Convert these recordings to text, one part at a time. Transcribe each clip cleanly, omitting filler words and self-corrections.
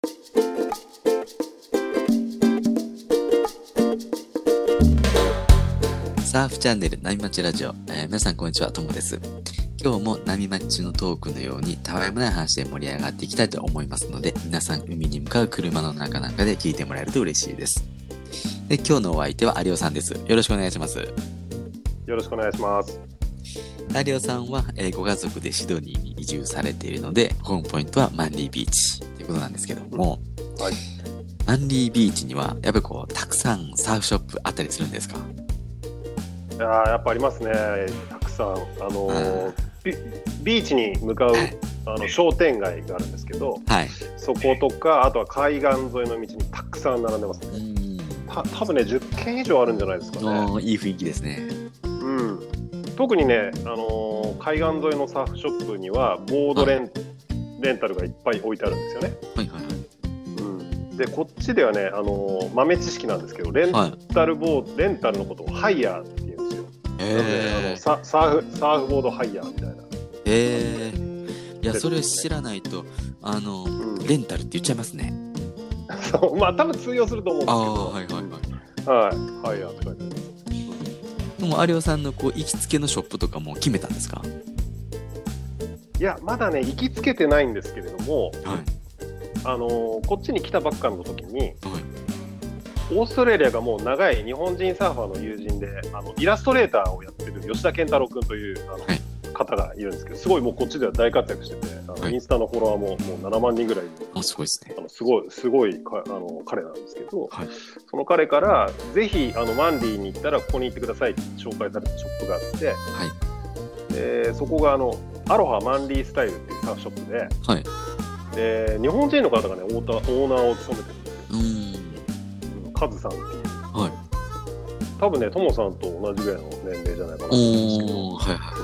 サーフチャンネル波町ラジオ、皆さんこんにちは、ともです。今日も波町のトークのようにたわいもない話で盛り上がっていきたいと思いますので、皆さん海に向かう車の中なんかで聞いてもらえると嬉しいです。で、今日のお相手は有尾さんです。よろしくお願いします。よろしくお願いします。 有尾さんは、ご家族でシドニーに移住されているので、ホームポイントはマンリービーチということなんですけども、 はい、 マンリービーチにはやっぱりたくさんサーフショップあったりするんですか？ やっぱありますね、たくさん。ビーチに向かう、商店街があるんですけど、 はい、 そことか、あとは海岸沿いの道にたくさん並んでますね。多分ね、10軒以上あるんじゃないですかね。 いい雰囲気ですね。 特にね、海岸沿いのサーフショップにはボードレンタルがいっぱい置いてあるんですよね。 はいはいはい。 でこっちではね、豆知識なんですけど、レンタルのことをハイヤーって言うんですよ。なのでサーフボードハイヤーみたいな。 いや、それ知らないとレンタルって言っちゃいますね。 そう、まあ多分通用すると思うんですけど。 はいはいはいはい。ハイヤーって書いてあります。 でも有尾さんの行きつけのショップとかも決めたんですか？ いや、まだね行きつけてないんですけれども、 はい、 こっちに来たばっかの時に、はい、オーストラリアがもう長い日本人サーファーの友人でイラストレーターをやってる吉田健太郎君という方がいるんですけど、すごいもうこっちでは大活躍してて、はい、インスタのフォロワーももう7万人ぐらいいる。 すごいですね。 すごい彼なんですけど、 はい、 その彼からぜひマンリーに行ったらここに行ってくださいって紹介されたショップがあって、はい、そこがアロハマンリースタイルっていうサーフショップで、はい、日本人の方がねオーナーを務めてるんですよ。カズさんっていう、はい、多分ねトモさんと同じぐらいの年齢じゃないかなと思うんですけど、はいはい、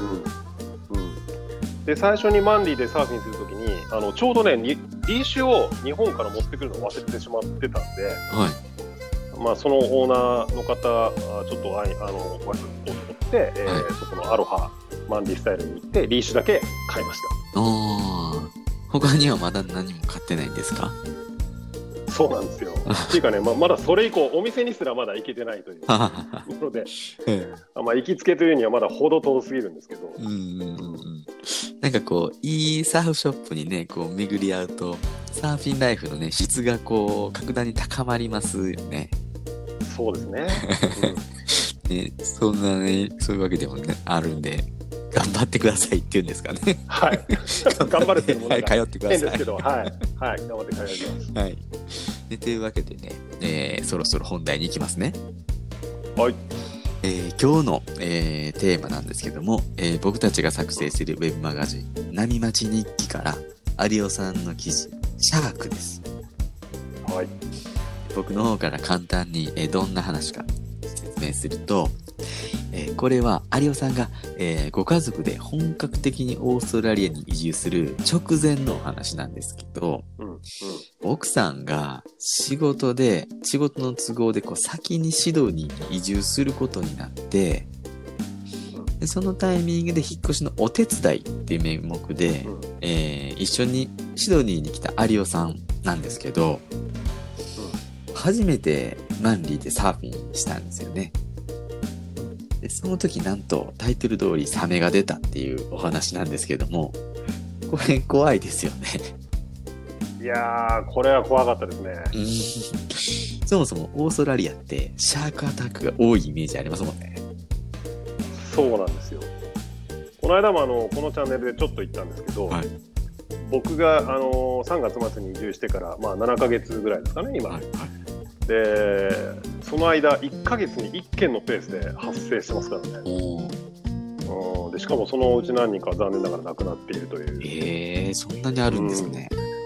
で最初にマンリーでサーフィンするときにちょうどねリーシュを日本から持ってくるのを忘れてしまってたんで、はい、まあ、そのオーナーの方ちょっとご挨拶を取って、はい、そこのアロハマンリースタイルに行ってリーシュだけ買いました。 他にはまだ何も買ってないんですか？ そうなんですよ。っていうかね、まだそれ以降お店にすらまだ行けてないということでまあ、行きつけというにはまだほど遠すぎるんですけど、 なんかいいサーフショップにね巡り合うとサーフィンライフのね質が格段に高まりますよね。 そうですね。 ね、そんなねそういうわけでもねあるんで頑張ってくださいっていうんですかね。 はい。頑張るっていうのもなんか通ってください。 変ですけど、はい、はい、頑張って通います。 はい。というわけでね、そろそろ本題に行きますね。 はい。 今日の、テーマなんですけども、僕たちが作成するウェブマガジン波町日記から有尾さんの記事シャークです。 はい。 僕の方から簡単に、どんな話か説明すると、これは有尾さんが、ご家族で本格的にオーストラリアに移住する直前のお話なんですけど、奥さんが仕事の都合で先にシドニーに移住することになって、でそのタイミングで引っ越しのお手伝いっていう名目で、一緒にシドニーに来た有尾さんなんですけど、初めてマンリーでサーフィンしたんですよね。でその時なんとタイトル通りサメが出たっていうお話なんですけども、これ怖いですよね。 いやー、これは怖かったですね。 そもそもオーストラリアってシャークアタックが多いイメージありますもんね。 そうなんですよ。この間もこのチャンネルでちょっと言ったんですけど、はい、僕が3月末に移住してから、まあ、7ヶ月ぐらいですかね今、はいはい、でその間1ヶ月に1件のペースで発生してますからね。でしかもそのうち何人かは残念ながら亡くなっているという。 そんなにあるんですね。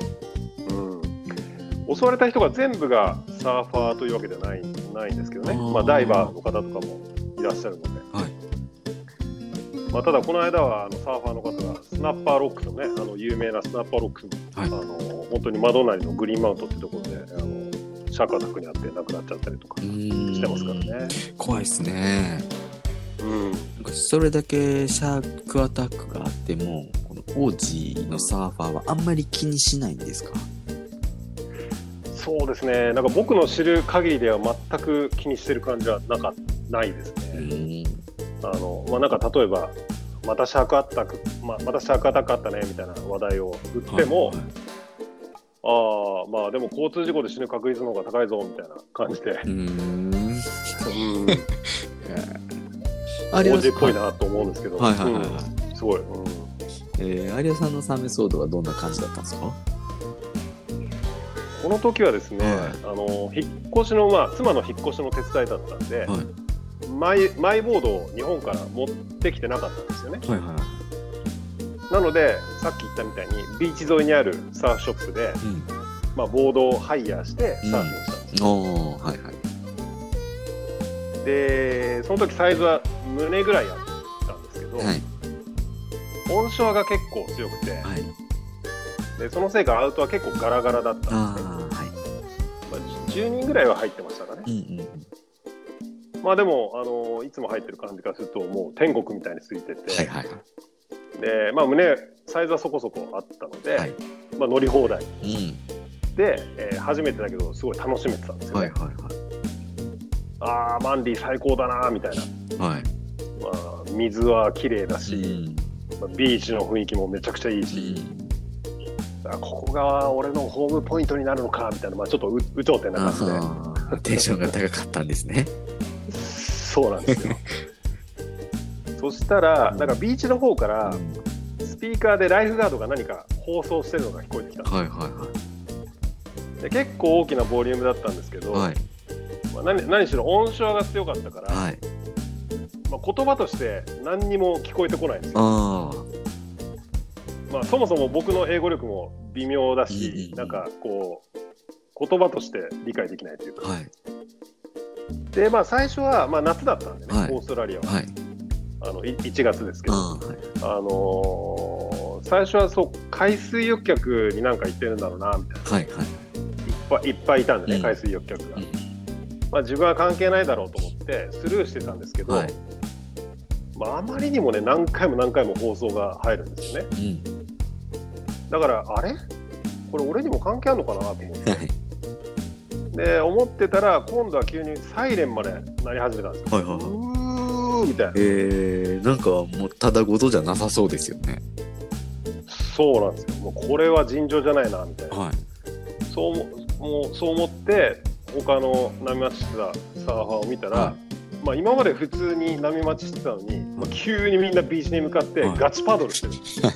襲われた人が全部がサーファーというわけではないんですけどね、まあ、ダイバーの方とかもいらっしゃるので、はい、まあ、ただこの間はサーファーの方がスナッパーロックスのね有名なスナッパーロックスの、はい、本当に窓なりのグリーンマウントっていうところでシャークアタックにあって亡くなっちゃったりとかしてますからね。 怖いですね。それだけシャークアタックがあってもこのオージーのサーファーはあんまり気にしないんですか？ そうですね。なんか僕の知る限りでは全く気にしてる感じはないですね。なんか例えば、またシャークアタック、またシャークアタックあったねみたいな話題を振っても、まあでも交通事故で死ぬ確率の方が高いぞみたいな感じで。王子っぽいなと思うんですけど、すごい。 有吉さんのサメ騒動はどんな感じだったんですか？ この時はですね、引っ越しの、妻の引っ越しの手伝いだったんで、マイボードを日本から持ってきてなかったんですよね。なので、さっき言ったみたいにビーチ沿いにあるサーフショップで、ボードをハイヤーしてサーフィンしたんですよ。で、その時サイズは胸ぐらいあったんですけど、オンショアが結構強くて、でそのせいかアウトは結構ガラガラだったんですね。10人ぐらいは入ってましたかね。でもいつも入ってる感じからするともう天国みたいについてて、で胸サイズはそこそこあったので、乗り放題、で、初めてだけどすごい楽しめてたんですよね。マンディ最高だなみたいな、水は綺麗だし、ビーチの雰囲気もめちゃくちゃいいし、ここが俺のホームポイントになるのかみたいな、ちょっと有頂天な感じでテンションが高かったんですね。 そうなんですよ。そしたらなんかビーチの方からスピーカーでライフガードが何か放送してるのが聞こえてきたんです。で結構大きなボリュームだったんですけど、何しろ音ショアが強かったから、言葉として何にも聞こえてこないんですよ。そもそも僕の英語力も微妙だし、なんかこう言葉として理解できないというか、で最初は夏だったんでね、オーストラリアは、1月ですけど、最初は海水浴客になんか行ってるんだろうなみたいな、いっぱいいたんでね、海水浴客が。自分は関係ないだろうと思ってスルーしてたんですけど、あまりにもね何回も放送が入るんですよね。だからあれこれ俺にも関係あるのかなと思ってで思ってたら、今度は急にサイレンまで鳴り始めたんですよ。うーみたいな。 なんかもうただごとじゃなさそうですよね。 そうなんですよ。もうこれは尋常じゃないなみたいな、そう思って他の波待ちしてたサーファーを見たら、今まで普通に波待ちしてたのに、急にみんなビーチに向かってガチパドルしてるんですよ。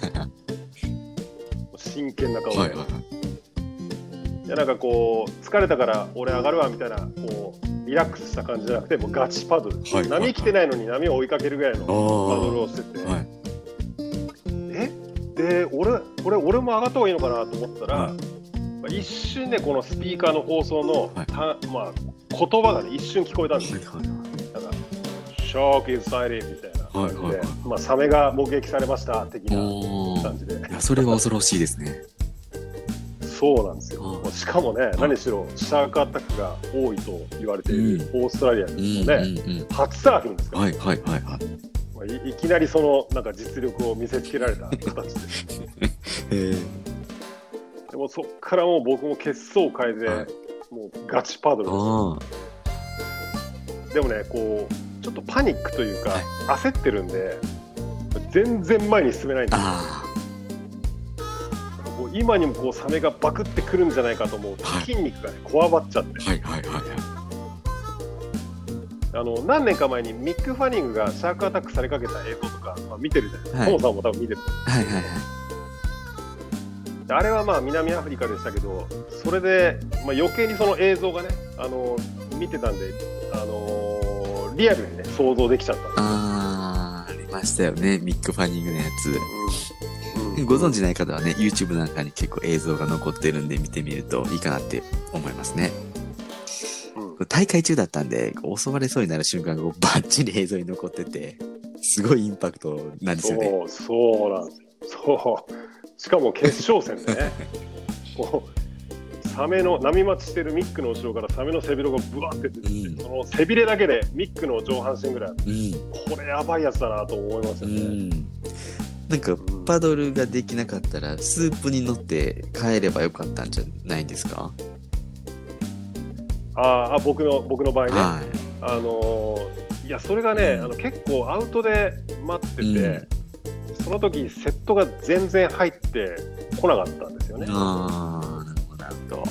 真剣な顔で、なんかこう疲れたから俺上がるわみたいなこうリラックスした感じじゃなくて、もうガチパドル、波来てないのに波を追いかけるぐらいのパドルをしてて、で俺も上がった方がいいのかなと思ったら、一瞬でこのスピーカーの放送の、言葉がね一瞬聞こえたんですよ。なんかショックイズサイレンみたいな感じで、サメが目撃されました的な感じで。 いやそれは恐ろしいですね。 そうなんですよ。しかもね、何しろシャークアタックが多いと言われているオーストラリアのね、初サーフィンですから、いきなりそのなんか実力を見せつけられた形です。でもそっからもう僕も血相を変えて、もうガチパドルです。でもね、こうちょっとパニックというか、焦ってるんで全然前に進めないんですよ。今にもこうサメがバクってくるんじゃないかと思うと、筋肉がねこわばっちゃって、何年か前にミック・ファニングがシャークアタックされかけた映像とか、見てるじゃないですか。トモさんも多分見てる。あれは南アフリカでしたけど、それで、余計にその映像がね、見てたんで、リアルにね想像できちゃったんですよ。 ありましたよね、ミック・ファニングのやつ。ご存知ない方はね、YouTube なんかに結構映像が残ってるんで見てみるといいかなって思いますね。大会中だったんで、襲われそうになる瞬間がバッチリ映像に残ってて、すごいインパクトなんですよね。 そうなんですよ。しかも決勝戦でね、こうサメの波待ちしてるミックの後ろからサメの背広がブワーって出てきて、その背びれだけでミックの上半身ぐらい、これやばいやつだなと思いますよね。 なんかパドルができなかったらスープに乗って帰ればよかったんじゃないですか？ 僕の場合ね、はい、いやそれがね、結構アウトで待ってて、その時セットが全然入ってこなかったんですよね。 なるほど。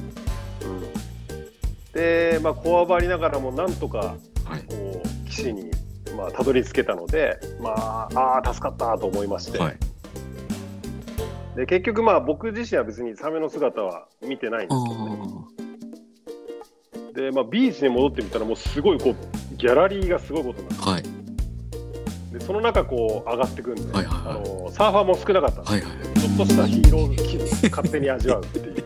で、こわばりながらもなんとかこう岸にたどり着けたので、助かったと思いまして、はい、で結局僕自身は別にサメの姿は見てないんですけどね。でビーチに戻ってみたらもうすごいこうギャラリーがすごいことになって、はい、でその中こう上がってくんで、サーファーも少なかったんで、ちょっとしたヒーロー気分勝手に味わうっていう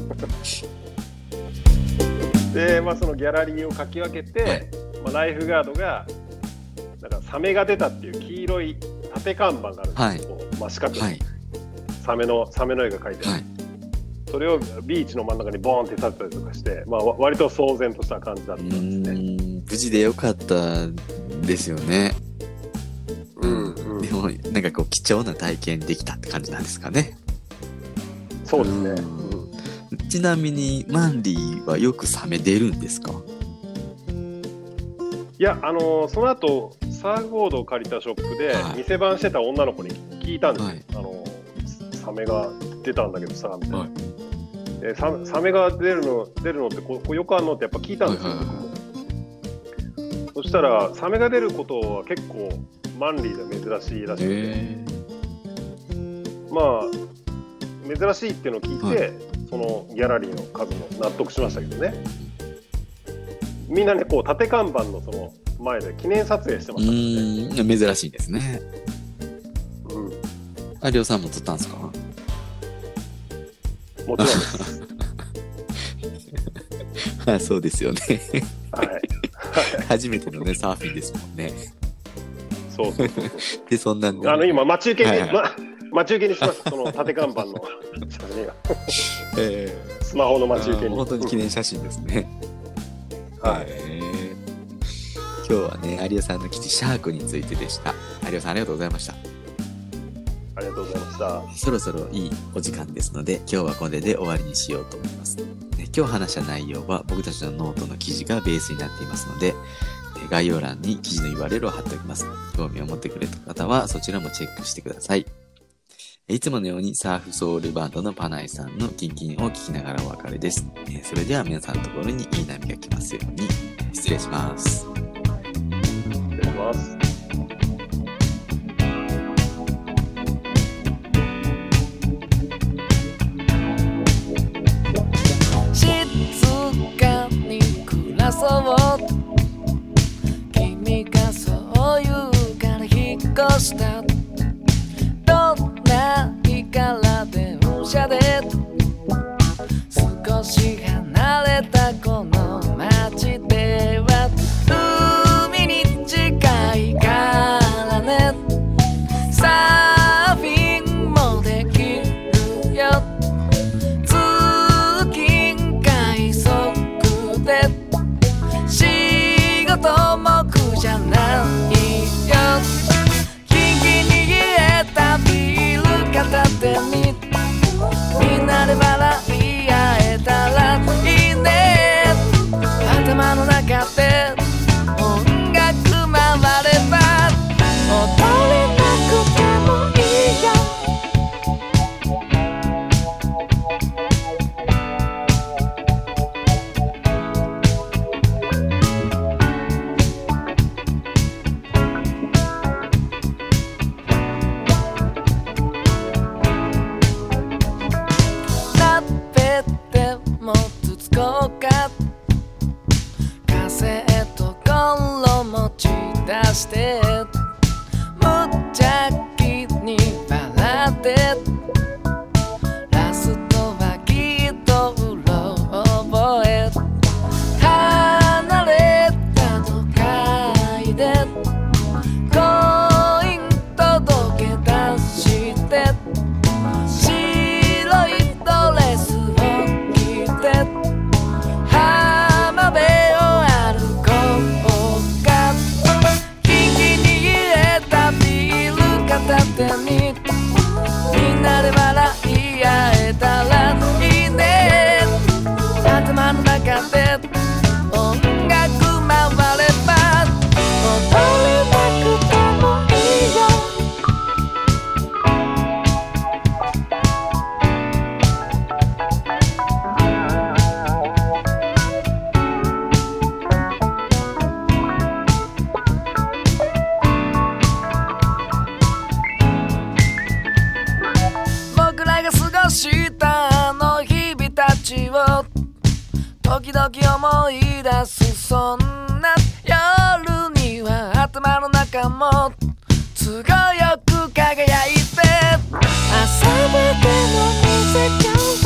で、そのギャラリーをかき分けて、ライフガードがなんかサメが出たっていう黄色い縦看板があるんですよ、真四角に、サメの絵が描いてある、それをビーチの真ん中にボーンって立てたりとかして、割と騒然とした感じだったんですね。 無事でよかったですよね。でもなんかこう貴重な体験できたって感じなんですかね。 そうですね。 ちなみにマンリーはよくサメ出るんですか？ いや、その後サーフボードを借りたショップで店番してた女の子に聞いたんですよ、サメが出たんだけどさみたいな、サメが出るのってこうよくあるのってやっぱ聞いたんですよ、そしたらサメが出ることは結構マンリーで珍しいらしくて、珍しいっていうのを聞いて、そのギャラリーの数も納得しましたけどね。みんなねこう縦看板のその前で記念撮影してましたね。 珍しいですね。有尾さんも撮ったんですか？ もちろんです。 そうですよね。 はい。 初めてのねサーフィンですもんね。 そう。 でそんなんで、 今待ち受けに、待ち受けにします。その縦看板の写真が。スマホの待ち受けに。 本当に記念写真ですね。はい。今日はね有尾さんの基地シャークについてでした。有尾さんありがとうございました。 ありがとうございました。 そろそろいいお時間ですので今日はこれで終わりにしようと思います。今日話した内容は僕たちのノートの記事がベースになっていますので、概要欄に記事の URL を貼っておきます。興味を持ってくれた方はそちらもチェックしてください。いつものようにサーフソウルバンドのパナイさんのキンキンを聞きながらお別れです。それでは皆さんのところにいい波が来ますように。失礼します。 失礼します。 君がそう言うから引っ越した。どんな日から電車で少し離れたこの街では海に近いからね。サーフィンもできるよ。通勤快速で仕事も苦じゃないよ。キンキンに冷えたビール片手にみんなで笑い合えたらいいね。頭の中で音楽回れば踊れなくてもいいよ。して無邪気に笑ってラストはきっとうろ覚え。離れた都会でコイン届け出して白いドレスを着て浜辺を歩こうか。片手にみんなで笑い合えたらいいね。頭の中で時々思い出すそんな夜には頭の中も都合よく輝いて朝までのmusic